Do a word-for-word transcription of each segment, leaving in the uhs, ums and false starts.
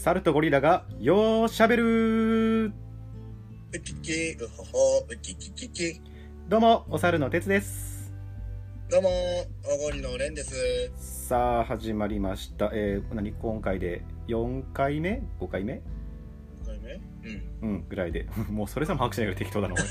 猿とゴリラがよーしゃべる。 うききうほほうきききき。 どうもお猿の哲です。 どうもおごりのれんです。 さあ始まりました、えー、何今回でよんかいめごかいめごかいめうん、うん、ぐらいでもうそれさも把握しないから適当だな、はい、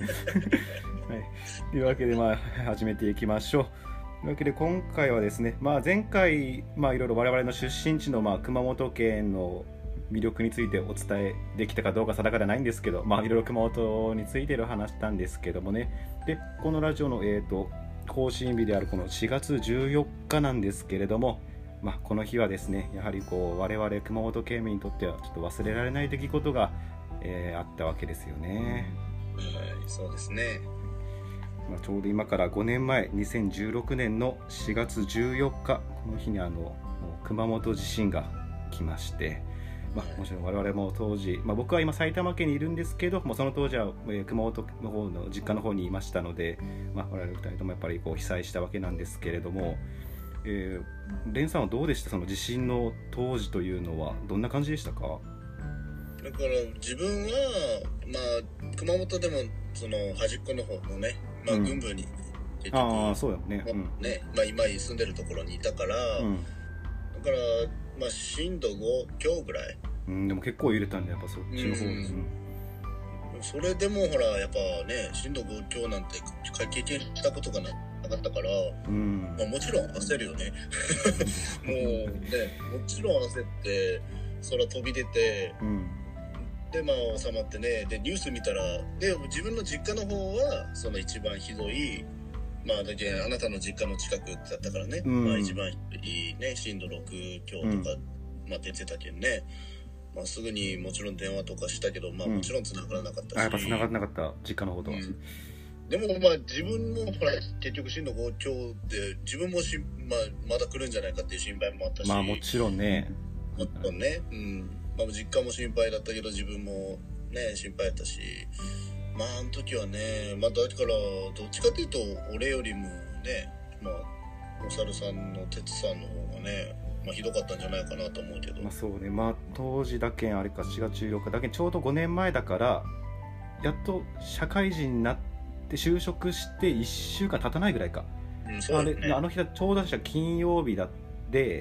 というわけでまあ始めていきましょう。というわけで今回はですね、まあ、前回まあいろいろ我々の出身地のまあ熊本県の魅力についてお伝えできたかどうか定かではないんですけど、まあいろいろ熊本についていろ話したんですけどもね。でこのラジオのえーと更新日であるこのしがつじゅうよっかなんですけれども、まあ、この日はですねやはりこう我々熊本県民にとってはちょっと忘れられない出来事が、えーあったわけですよね。 はい、そうですね。 まあ、ちょうど今からごねんまえにせんじゅうろくねんのしがつじゅうよっか、この日にあの熊本地震が来まして、まあ、もちろん我々も当時、まあ、僕は今埼玉県にいるんですけども、その当時は、えー熊本の方の実家の方にいましたので、まあ、我々ふたりともやっぱりこう被災したわけなんですけれども、えー、レンさんはどうでした？その地震の当時というのはどんな感じでしたか？ だから自分はまあ熊本でもその端っこの方のね、まあ、 うん軍部に結局、 ああそうだよね、 まあねまあ、今住んでるところにいたから、 うん、 だからまあ震度ご強ぐらい、 うん、でも結構揺れたんでやっぱそっちの方、 うんうん、 それでもほらやっぱね震度ご強なんて経験したことがなかったから、 うんまあ、もちろん焦るよねもうねもちろん焦って空飛び出て、 うん、 でまあ収まってね、でニュース見たらで自分の実家の方はその一番ひどい、まあだけあなたの実家の近くだったからね、 うんまあ、一番いいね震度ろく強とか、うんまあ、出てたけんね、まあ、すぐにもちろん電話とかしたけど、まあ、もちろん繋がらなかったし、 あやっぱ繋がらなかった実家の方とは、 うんでもまあ自分もほら結局震度ご強で自分もし、まあ、まだ来るんじゃないかっていう心配もあったし、 まあもちろんね、 もちろんね、うんまあ、実家も心配だったけど自分もね心配だったし、まああの時はね、まあだからどっちかというと俺よりもね、まあお猿さんの哲さんの方がね、まあ、ひどかったんじゃないかなと思うけど、 まあそうね、まあ当時だけあれかしがつじゅうよっかだけちょうどごねんまえだからやっと社会人になって就職していっしゅうかん経たないぐらいか、 うんそうだね、 あれあの日はちょうど金曜日だって、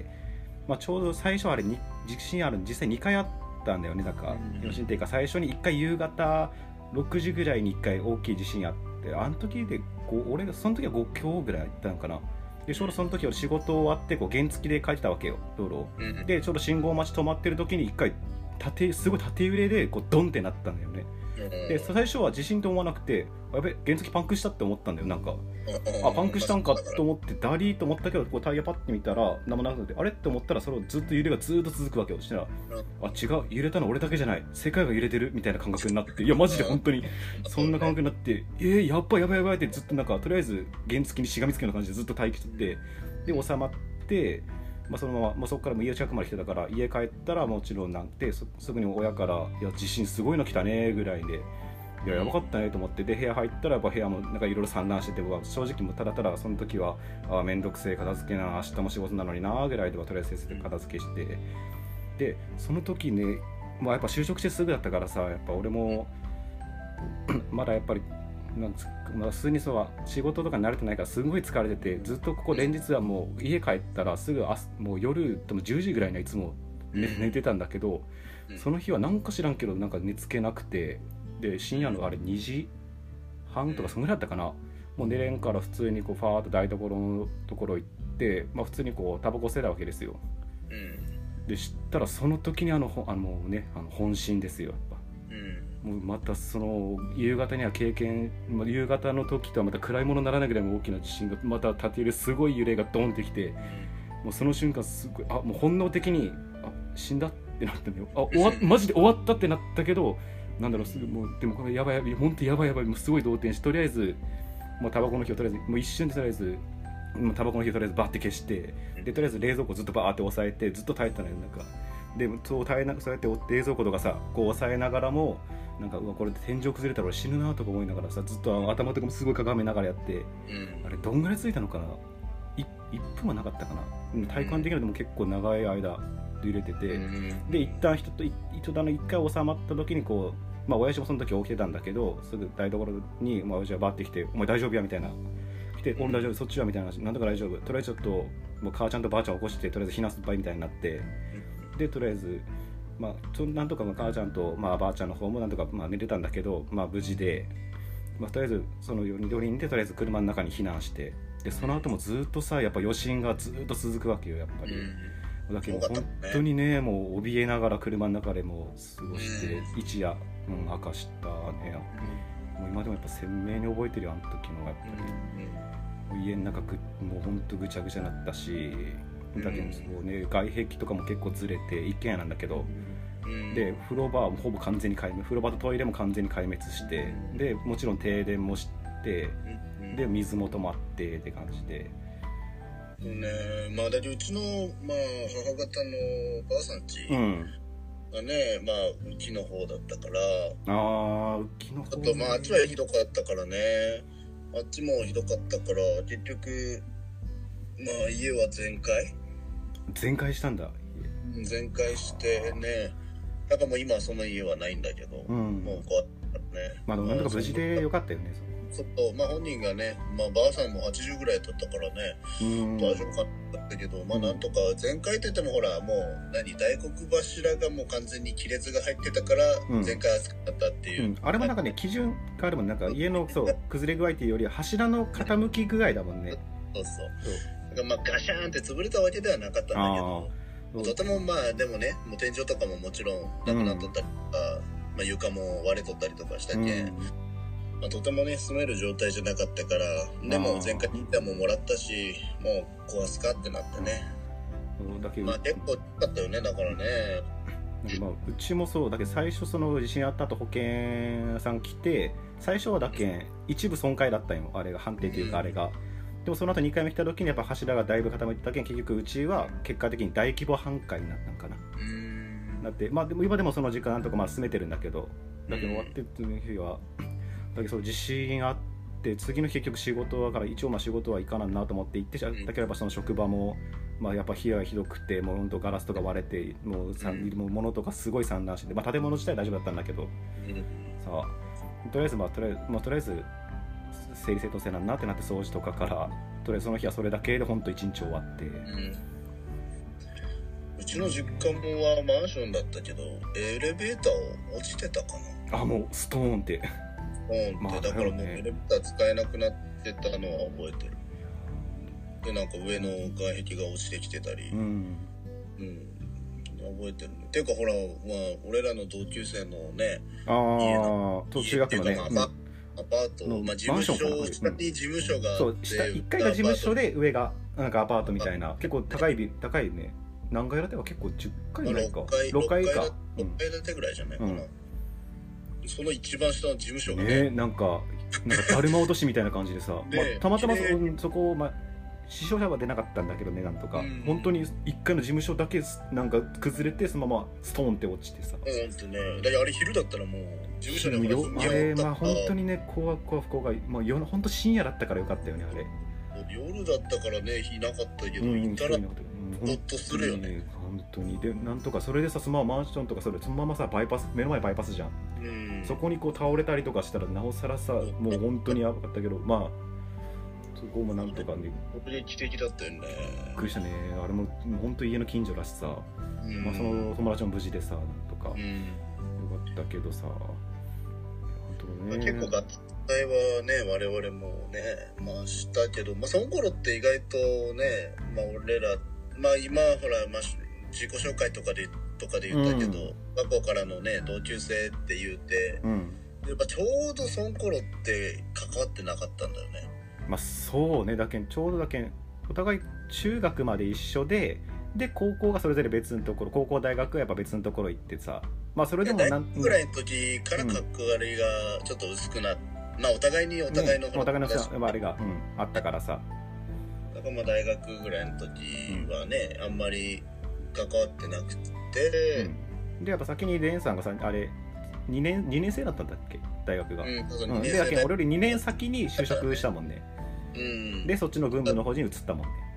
まあ、ちょうど最初あれに地震ある実際にかいあったんだよね。だから地震っていうか最初にいっかい夕方ろくじぐらいにいっかい大きい地震あって、あの時で俺がその時はご強ぐらいあったのかな。でちょうどその時俺仕事終わってこう原付で帰ってたわけよ、道路を、うん、でちょうど信号待ち止まってる時にいっかい縦すごい縦揺れでこうドンってなったんだよね。で最初は地震と思わなくて、やべ原付パンクしたって思ったんだよ。なんかあパンクしたんかと思ってダリーと思ったけど、こうタイヤパッて見たら何もなくて、あれって思ったらそれをずっと揺れがずっと続くわけよ。そしたらあ違う、揺れたの俺だけじゃない、世界が揺れてるみたいな感覚になって、いやマジで本当にそんな感覚になって、えー、やっばいやばいやばいってずっとなんかとりあえず原付にしがみつくような感じでずっと待機してて、で収まって、まあ、そのまま、まあ、そこからも家近くまで来てたから家帰ったらもちろんなんて す, すぐに親からいや地震すごいの来たねぐらいで、いややばかったねと思って、で部屋入ったらやっぱ部屋もなんかいろいろ散乱してて、正直もただただその時はあめんどくせえ片付けな、明日も仕事なのになぐらいではとりあえず先生で片付けして、でその時ね、まあ、やっぱ就職してすぐだったからさ、やっぱ俺もまだやっぱりなんつ、まあ、普通にそう仕事とかに慣れてないからすごい疲れてて、ずっとここ連日はもう家帰ったらすぐあもう夜でもじゅうじぐらいにはいつも 寝, 寝てたんだけど、その日はなんか知らんけどなんか寝つけなくて、で深夜のあれにじはんとかそんぐらいだったかな、もう寝れんから普通にこうファーッと台所のところ行って、まあ、普通にこうタバコ吸ってたわけですよ。で知ったらその時にあのあの、ね、あの本震ですよやっぱ。もうまたその夕方には経験、夕方の時とはまた暗いものにならないぐらいの大きな地震がまた縦揺れすごい揺れがドンってきて、もうその瞬間すごいあもう本能的にあ死んだってなったんだよ。あ終わマジで終わったってなったけど、なんだろうすぐもうでもこれやばいやばい本当やばいやばい、もうすごい動転し、とりあえずもうタバコの火をとりあえずもう一瞬でとりあえずもうタバコの火をとりあえずバッて消して、でとりあえず冷蔵庫ずっとバーって押さえてずっと耐えてたのよ。なんかでそう耐えなそうやって冷蔵庫とかさこう押さえながらもなんかうわこれで天井崩れたら俺死ぬなとか思いながらさ、ずっと頭とかもすごい鏡めながらやって、うん、あれどんぐらいついたのかな、いっぷんはなかったかな、体感的にはでも結構長い間と揺れてて、 うん、 で一旦人と人との一回収まった時にこう、まあ親父もその時起きてたんだけど、すぐ台所に、まあ、親父がバーって来て「お前大丈夫や」みたいな来て「俺大丈夫、そっちは」みたいな話、なんとか大丈夫、とりあえずちょっともう母ちゃんとばあちゃん起こしてとりあえず避難すっぱいみたいになって、でとりあえずまあなんとか母ちゃんと、まあ、ばあちゃんの方もなんとか、まあ、寝てたんだけど、まあ無事で、まあ、とりあえずそのよにんでとりあえず車の中に避難して、でその後もずっとさやっぱ余震がずっと続くわけよやっぱり、うん、だけど本当にねもう怯えながら車の中でも過ごして、うん、一夜、うん、明かしたね、うん、もう今でもやっぱ鮮明に覚えてるよあの時のやっぱり、うん、家の中ぐもう本当ぐちゃぐちゃになったし、だけどそう、ね、外壁とかも結構ずれて一軒家なんだけど、うん、で風呂場もほぼ完全に壊滅、風呂場とトイレも完全に壊滅して、でもちろん停電もして、で水も止まってって感じで、 ね、まあだってうちの、まあ、母方のばあさん家がね、うん、まあうちの方だったから、 ああうちの方、 あとまああっちはひどかったからね、あっちもひどかったから結局まあ家は全壊全壊したんだ。 全壊してね、だからもう今はその家はないんだけど、うん、もうこうやったね、 まあなんとか無事でよかったよね。 ちょっとまあ本人がね、まあばあさんもはちじゅうぐらいだったからね、大丈夫かったけど、まあなんとか全壊って言ってもほらもう何大黒柱がもう完全に亀裂が入ってたから全壊扱ったっていう、うんうん、 あれもなんかね基準があるもん、なんか家のそう崩れ具合っていうより柱の傾き具合だもんね。そうそう、まあガシャーンって潰れたわけではなかったんだけど、とてもまあでもね、もう天井とかももちろんなくなっとったりとか、うん、まあ床も割れとったりとかしたけん、うん、まあ、とてもね住める状態じゃなかったから、でも前回ニータももらったし、もう壊すかってなってね、うん、だけどまあ結構良かったよね、だからね。 まあ、うちもそうだけど最初その地震あった後保険屋さん来て、最初はだけん一部損壊だったんよ、あれが判定というかあれが、うん、でもその後にかいめ来た時にやっぱ柱がだいぶ傾いてたけん、結局うちは結果的に大規模半壊になったんかな、うんだって、まあでも今でもその時間とかまあ進めてるんだけど、だけど終わってる日はだけどそう地震あって次の日結局仕事だから一応まあ仕事は行かなんなと思って行って、だけどやっぱその職場もまあやっぱ被害がひどくて、もうほんとガラスとか割れてもうさ、うん、もう物とかすごい散乱して、まあ建物自体大丈夫だったんだけど、うん、さあとりあえずまあとりあえず、まあ、とりあえず整理整頓せなんなってなって掃除とかから、とりあえずその日はそれだけでほんと一日終わって、うん、 うちの実家もはマンションだったけどエレベーター落ちてたかな。 あ、もうストーンってストーンって、まあ、だからもうエレベーター使えなくなってたのは覚えてる。でなんか上の外壁が落ちてきてたり、うん、うん、覚えてるね。ていうかほら、まあ、俺らの同級生のね、 あ家の中学のね、アパート、まあ、事務所、下に事務所があって、そう、下いっかいが事務所で上がなんかアパートみたいな、結構高いビ高いね、何階建てか結構じゅっかいぐらいか、まあ、ろっかいかろっかい建てぐらいじゃないかな、うん、その一番下の事務所がね、ね、なんかなんかだるま落としみたいな感じでさ、まあ、たまたま そ, そこを、まあ、死傷者は出なかったんだけどね、なんとか、うん、本当にいっかいの事務所だけなんか崩れてそのままストーンって落ちてさ、 うんとね、だからあれ昼だったらもう事務所によあれ、まあ本当にね、怖怖不幸が、まあ、夜本当深夜だったからよかったよね、あれ夜だったからね、日なかったけど、うん、行ったらホッとするよね、 本当に。でなんとかそれでさ、そのままマンションとかそれそのままさバイパス、目の前バイパスじゃん、うん、そこにこう倒れたりとかしたらなおさらさ、もう本当にやばかったけど、まあそこもなんとかね、 劇的だったよね。 びっくりしたね、あれも本当家の近所だしさ、うん、まあ、その友達も無事でさ、なんとか、うん、よかったけどさ、本当ね、結構合体はね我々もね、まあしたけど、まあその頃って意外とね、まあ俺ら、まあ今ほら、まあ、自己紹介とかでとかで言ったけど、うん、過去からのね同級生って言うて、うん、やっぱちょうどその頃って関わってなかったんだよね。 まあそうね、だけんちょうどだけんお互い中学まで一緒で、で高校がそれぞれ別のところ、高校大学はやっぱ別のところ行ってさ、まあそれでも何大学ぐらいの時から関わりがちょっと薄くなって、うん、まあお互いにお互いの、 うん、お互いのあれが、うん、あったからさ、 だからまあ大学ぐらいの時はね、うん、あんまり関わってなくて、 うん、でやっぱ先にレンさんがさ、あれにねんにねん生だったんだっけ、大学が、うん、そうそう、うん、でだけ俺よりにねん先に就職したもんね、うん、でそっちの軍部の方に移ったもんね。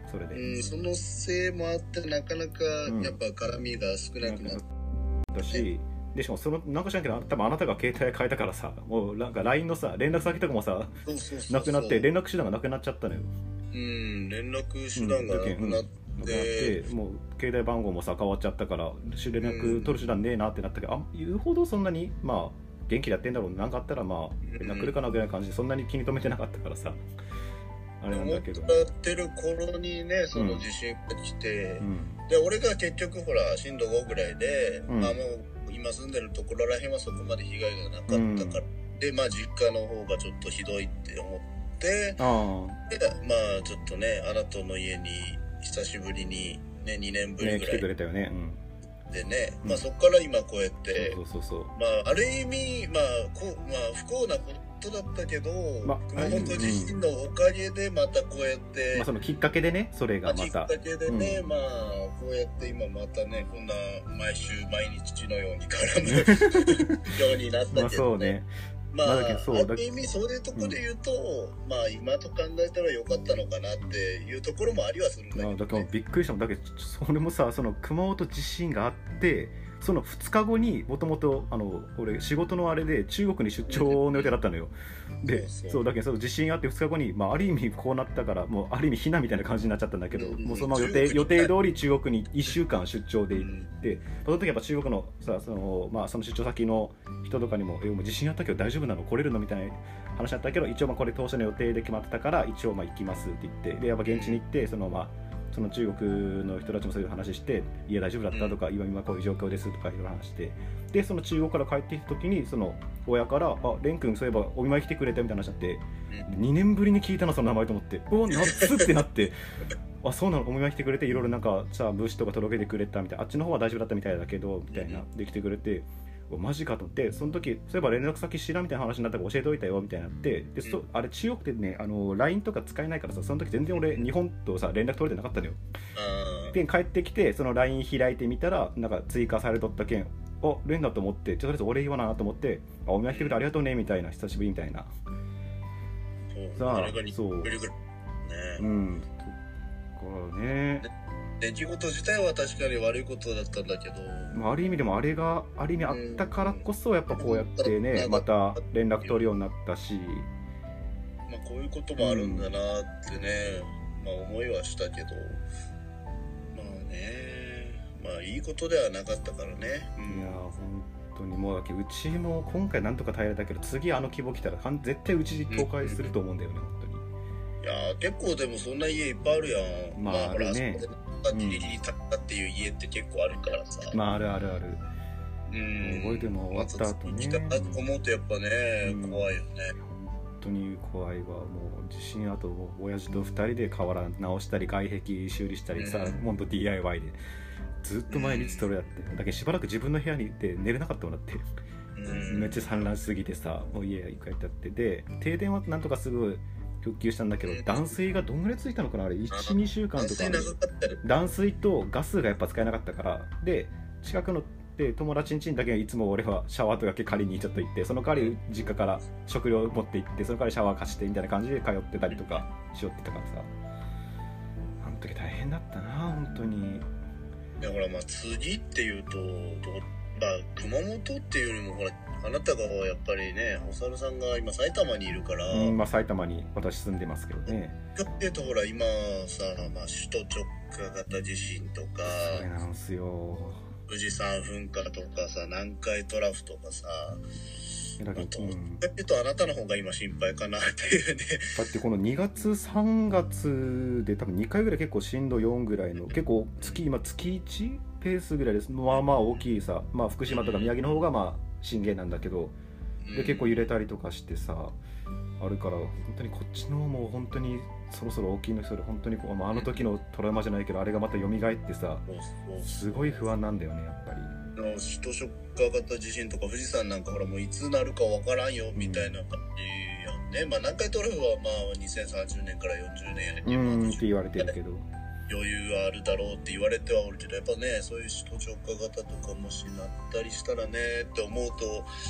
それで、 うん、そのせいもあってなかなかやっぱ絡みが少なくなったし、ね、でしかもそのなんか知らんけど多分あなたが携帯変えたからさ、もうなんか ライン のさ連絡先とかもさそうそうそうそうなくなって連絡手段がなくなっちゃったのよ。 うん連絡手段がなくなって、 うんうん、もう携帯番号もさ変わっちゃったから連絡取る手段ねえなってなったけど、あ言うほどそんなにまあ元気でやってんだろう、なんかあったらまあ連絡来るかなぐらいの感じでそんなに気に留めてなかったからさ、あれなんだけど、 思ってる頃にねその地震が来て、うん、で俺が結局ほら震度ごぐらいで、うん、まあもう今住んでるところらへんはそこまで被害がなかったから、うん、でまあ実家の方がちょっとひどいって思ってあでまあちょっとねあなたの家に久しぶりにねにねんぶりぐらい、ね、 来てくれたよね、 うん、でね、まあそこから今こうやって、 そうそうそうそう、 まあある意味まあこうまあ不幸なことだったけど、まあ、熊本地震のおかげでまたこうやって、 まあ、そのきっかけでね、それがまた、 まあ、きっかけでね、うん、まあこうやって今またねこんな毎週毎日のように絡むようになったけどね。まあそうね。まあ、まあ、そうある意味そういうところで言うと、うん、まあ今と考えたらよかったのかなっていうところもありはするんだけど、ね、 だからびっくりしたもんだけど、それもさ、その熊本地震があってそのふつかごにもともと俺仕事のあれで中国に出張の予定だったのよ。でそうそうだけどその地震あってふつかごに、まあ、ある意味こうなったからもうある意味避難みたいな感じになっちゃったんだけど、うん、もうその予定予定通り中国にいっしゅうかん出張で行って、うん、その時やっぱ中国のさその、まあ、その出張先の人とかにもえもう地震あったけど大丈夫なの来れるのみたいな話だったけど、一応まあこれ当初の予定で決まってたから一応まあ行きますって言って、でやっぱ現地に行ってそのまあその中国の人たちもそういう話して、いや大丈夫だったとか、今今こういう状況ですとかいろいろ話して、でその中国から帰ってきた時にその親から「あレン君そういえばお見舞い来てくれた」みたいな話になって、にねんぶりに聞いたのその名前と思って、お夏ってなってあそうなのお見舞い来てくれていろいろなんかさ物資とか届けてくれたみたいな、あっちの方は大丈夫だったみたいだけどみたいなで来てくれて。マジかと思って、その時そういえば連絡先知らんみたいな話になったから教えておいたよみたいになって、でそあれ中国ってねあの ライン とか使えないからさ、その時全然俺日本とさ連絡取れてなかったのよ。で帰ってきてその ライン 開いてみたらなんか追加されとったけん、あ連だと思ってとりあえず俺言わなと思って、あお見舞い来てくれてありがとうねみたいな、久しぶりみたいな。 さあそうねうんからね。 出来事自体は確かに悪いことだったんだけど、 ある意味でもあれがある意味あったからこそやっぱこうやってね、うん、また連絡取るようになったし、 まあこういうこともあるんだなってね、うん、まあ思いはしたけど、まあねまあいいことではなかったからね、 うん、いや本当にもうだけうちも今回なんとか耐えられたけど、次あの規模来たら絶対うち倒壊すると思うんだよね、うん、本当に。 いや結構でもそんな家いっぱいあるやん。 まあ、まあ、あるね。 ギリギリ立ったっていう家って結構あるからさ、 まああるあるある、うん、覚えても終わった後ね、 思うとやっぱね、うん、怖いよね。 本当に怖いわ。もう地震後も親父とふたりで瓦直したり外壁修理したりさ、ほんと ディーアイワイ でずっと毎日それやって、うん、だけどしばらく自分の部屋にいて寝れなかったもんだって、うん、めっちゃ散乱しすぎてさ、もう家一回やってで停電はなんとかすぐ復旧したんだけど、断水がどんぐらいついたのかなあれ いち,に 週間とか断水とガスがやっぱ使えなかったから、で近くので友達ん家にだけいつも俺はシャワーとかけ借りにちょっと行って、その代わり実家から食料持って行ってその代わりシャワー貸してみたいな感じで通ってたりとかしよってたからさ、あの時大変だったな本当に。 だからまあ次っていうとまあ熊本っていうよりもほらあなたがやっぱりねお猿さんが今埼玉にいるから、 うん、まあ埼玉に私住んでますけどね。 っていうとほら今さ、まあ、首都直下型地震とかそれなんすよ、 富士山噴火とかさ南海トラフとかさ、だけど、うん、だけどあなたの方が今心配かなっていうね。 だってこのにがつさんがつで多分にかいぐらい結構震度よんぐらいの結構月今月いちペースぐらいです。まあまあ大きいさ、まあ福島とか宮城の方がまあ震源なんだけど、で結構揺れたりとかしてさあるから、本当にこっちのもう本当にそろそろ大きいの人で本当にこう、まあ、あの時のトラウマじゃないけどあれがまた蘇ってさ、すごい不安なんだよねやっぱり。 首都直下型地震とか富士山なんかほらもういつなるかわからんよみたいな感じやんね、うん、まあ南海トラフはまあにせんさんじゅうねんからよんじゅうねんやけど、 うんって言われてるけど余裕があるだろうって言われてはおるけど、やっぱねそういう首都直下型とかもしなったりしたらねって思うと、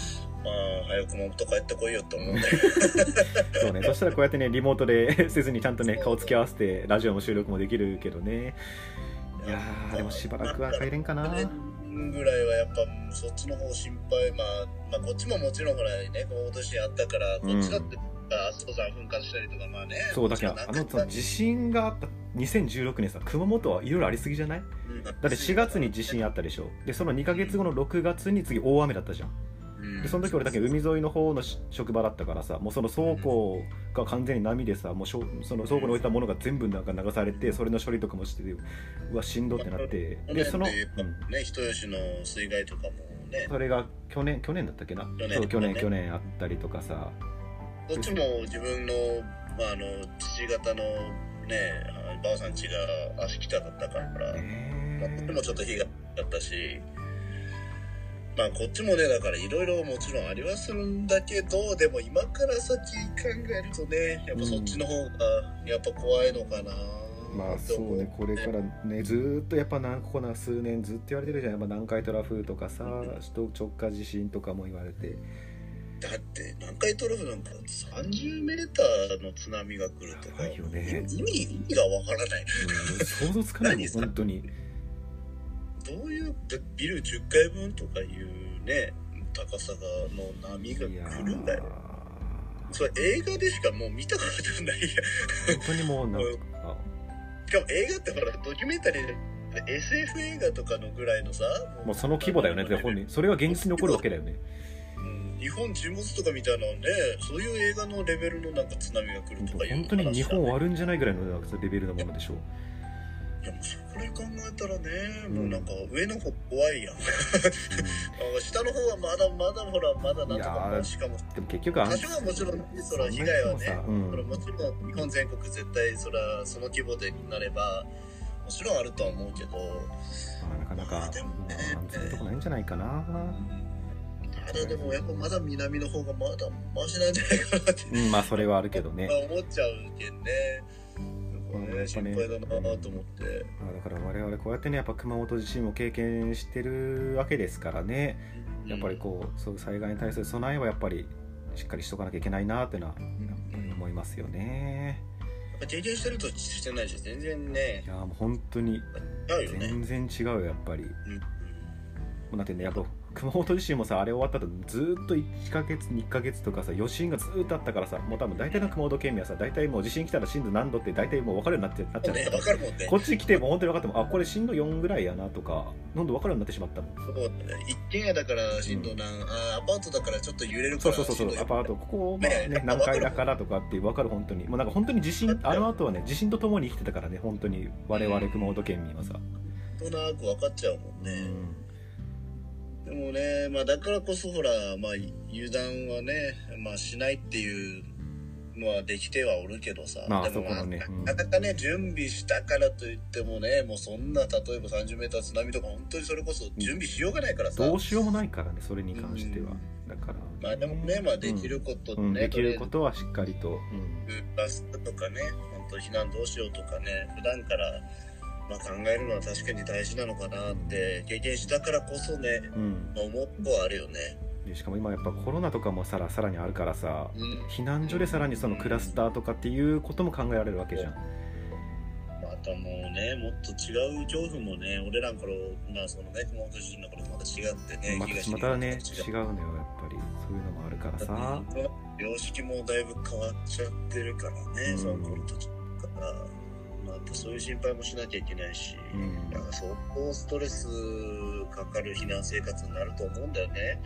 まあ早く熊本帰ってこいよって思うんだよそうね、そしたらこうやってねリモートでせずにちゃんとね顔つき合わせてラジオも収録もできるけどね。いやーでもしばらくは帰れんかな。 ぐらいはやっぱそっちの方心配、まあ、まあこっちももちろんほらね熊本地震あったから、こっちだって阿蘇山噴火したりとかまあね、 そうだけどあのさ地震があったにせんじゅうろくねんさ熊本はいろいろありすぎじゃない？うん、だってしがつに地震あったでしょ。でそのにかげつごのろくがつに次大雨だったじゃん。でその時俺だけ海沿いの方の職場だったからさ、もうその倉庫が完全に波でさ、もうその倉庫に置いたものが全部なんか流されて、それの処理とかもしてて、うわしんどってなって、でそのね人吉の水害とかもね、 それが去年去年だったっけな、去年そう去年去年あったりとかさ、 こっちも自分のまああの父方のねばあさん家が足北だったから、えー、まあ、こっちもちょっと被害だったし。まあこっちもねだからいろいろもちろんありはするんだけど、でも今から先考えるとねやっぱそっちの方がやっぱ怖いのかな、 うん、まあそうね、これからねずーっとやっぱなんここな数年ずっと言われてるじゃん。やっぱ南海トラフとかさ、うん、首都直下地震とかも言われて、 だって南海トラフなんかさんじゅうメーターの津波が来るとか、 よね、 意味意味がわからない、 うん、想像つかないもん本当に。 どういうビルじゅっかいぶんとかいうね高さがの波が来るんだよ。それ映画でしかもう見たことないや本当にもうなんかしかも映画ってほらドキュメンタリーで エスエフ 映画とかのぐらいのさ、 もうその規模だよね。本人それは現実に起こるわけだよね。 うん、日本沈没とかみたいなね、そういう映画のレベルのなんか津波が来るとかいう、ね、 本当に日本終わるんじゃないぐらいのレベルのものでしょう。 いやもうそこで考えたらね、うん、もうなんか上の方怖いやん、うん、下の方はまだまだほらまだなんとかもしかもでも結局多少はもちろんそら被害はね、うん、そらもちろん日本全国絶対そらその規模でなればもちろんあるとは思うけど、 まあ、なかなか、まあ、でもねそういうとこないんじゃないかな。 ただでもやっぱまだ南の方がまだマシなんじゃないかなって、 うん、まあそれはあるけどね思っちゃうけんね。ね、心配だなと思って、 だから我々こうやってねやっぱ熊本地震も経験してるわけですからね、やっぱりこうそういう災害に対する備えはやっぱりしっかりしとかなきゃいけないなっていうのはやっぱり思いますよね。 やっぱ経験してるとしてないし全然ね、 いやもう本当に全然違うよやっぱり、うん、もうなんてねやっぱ熊本地震もさあれ終わった後ずっといっかげつにかげつとかさ余震がずっとあったからさ、もう多分大体の熊本県民はさ大体もう地震来たら震度何度って大体もう分かるようになってなっちゃう、 ね、分かるもんね。 こっち来てもう本当に分かってもあこれ震度よんぐらいやなとかなんで分かるようになってしまったの。 そうだね、一軒家だから震度何、うん、あアパートだからちょっと揺れるからそうそうそうそうアパートここ、まあね、何階だからとかって分かる。本当にもうなんか本当に地震あの後はね地震とともに生きてたからね本当に我々熊本県民はさなんとなく分かっちゃうもんね、うん、でもね、まあ、だからこそほら、まあ、油断はね、まあ、しないっていうのはできてはおるけどさ、 まあ、 でも、まあね、 なかなかね準備したからといってもねもうそんな例えばさんじゅうメーター津波とか本当にそれこそ準備しようがないからさ、 どうしようもないからねそれに関しては、うん、だからまあでもね、まあ、できることね、うん、 できることはしっかりと、 バスとかね本当避難どうしようとかね普段からまあ、考えるのは確かに大事なのかなって経験したからこそね、うんまあ、思うはあるよね。 でしかも今やっぱコロナとかもさらさらにあるからさ、うん、避難所でさらにそのクラスターとかっていうことも考えられるわけじゃん。 またもうねもっと違う恐怖もね俺らの頃まあそのね熊本地震の頃とまた違ってねまたまたね違うのよやっぱりそういうのもあるからさ様式もだいぶ変わっちゃってるからね、うん、その頃とからまあ、そういう心配もしなきゃいけないし、うん、なんか相当ストレスかかる避難生活になると思うんだよね。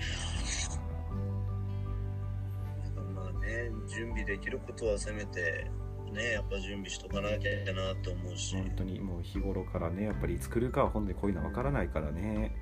まあね準備できることはせめてねやっぱ準備しとかなきゃなと思うし、 本当にもう日頃からねやっぱりいつ来るかは本当にこういうのは分からないからね、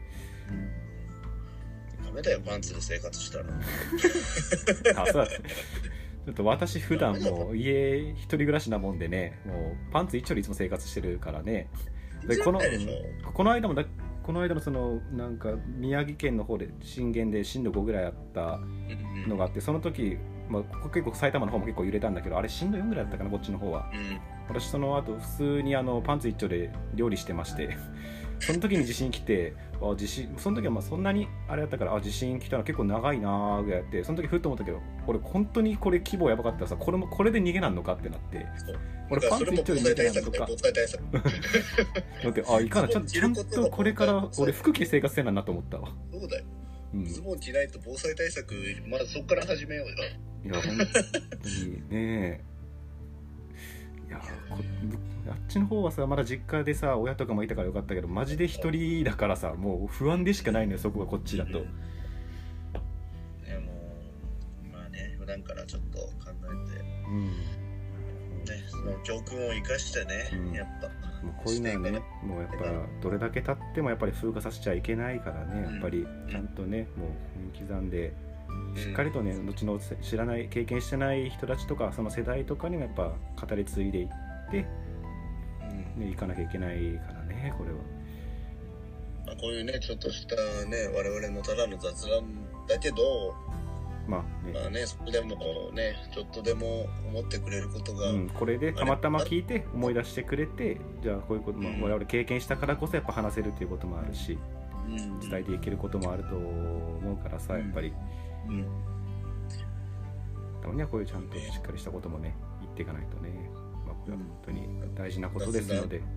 うん、ダメだよパンツで生活したらあそうだちょっと私普段もう家一人暮らしなもんでねもうパンツ一丁でいつも生活してるからね。でこのこの間もだこの間のそのなんか宮城県の方で震源で震度ごぐらいあったのがあってその時、まあ、ここ結構埼玉の方も結構揺れたんだけどあれ震度よんぐらいだったかなこっちの方は、うん、私その後普通にあのパンツ一丁で料理してましてその時に地震来て、あ地震その時はまあそんなにあれだったから、あ地震来たの結構長いなーぐらいやって、その時ふっと思ったけど、俺本当にこれ規模やばかったらさ、これもこれで逃げなんのかってなって、俺パンツ一丁で逃げなんとか防災対策ね、防災対策だってあいかなちゃんちゃんとこれから俺服着て生活せななと思ったわ。 そうだよ、 うん、 ズボン着ないと防災対策、まずそこから始めようよ。 いや本当にねいやこあっちの方はさまだ実家でさ親とかもいたからよかったけど、マジで一人だからさもう不安でしかないのよ、そこがこっちだと、うん、 ねもうまあね普段からちょっと考えて、うんね、その教訓を生かしてね、うん、やっぱもうこういうのはねもうやっぱどれだけ経ってもやっぱり風化させちゃいけないからね、やっぱりちゃんとねもう刻んでしっかりとね後の知らない経験してない人たちとかその世代とかにもやっぱ語り継いでいってね、行かなきゃいけないからね、これは。 まあ、こういうね、ちょっとしたね、我々のただの雑談だけど、 まあね、 まあね、それでもね、ちょっとでも思ってくれることが、 うん、これでたまたま聞いて思い出してくれて、じゃあこういうことも、うん、我々経験したからこそやっぱ話せるっていうこともあるし、うん、伝えていけることもあると思うからさ、やっぱり。うん。たまにはこういうちゃんとしっかりしたこともね、言っていかないとね。本当に大事なことですので、い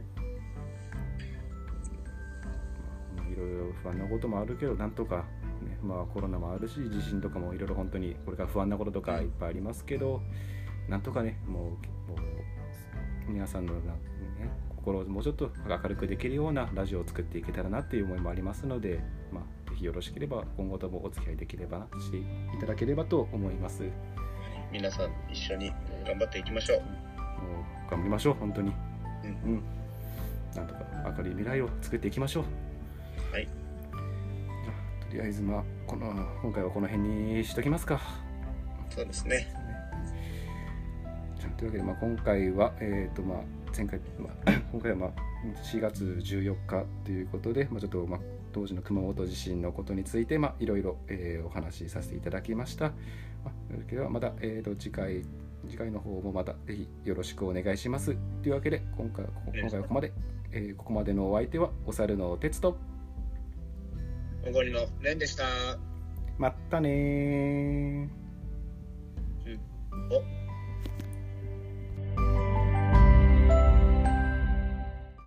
ろいろ不安なこともあるけどなんとか、ねまあ、コロナもあるし地震とかもいろいろ本当にこれから不安なこととかいっぱいありますけど、なんとかねもう、もう皆さんの、ね、心をもうちょっと明るくできるようなラジオを作っていけたらなっていう思いもありますので、まあ、ぜひよろしければ今後ともお付き合いできればしていただければと思います。 皆さん一緒に頑張っていきましょう。 頑張りましょう本当に、うんうん、なんとか明るい未来を作っていきましょう。はい。とりあえずまあこの今回はこの辺にしときますか。 そうですね。 というわけで、まあ、今回はえっ、ー、とまあ前回、まあ、今回はまあしがつじゅうよっかということで、まあ、ちょっとまあ当時の熊本地震のことについてまあいろいろ、えー、お話しさせていただきました。まあ、ではまた、えー、と次回次回の方もまたぜひよろしくお願いします。というわけで今回今回はここまで、えー、ここまでのお相手はお猿の鉄とおごりのレンでした。 またねー。 うん、お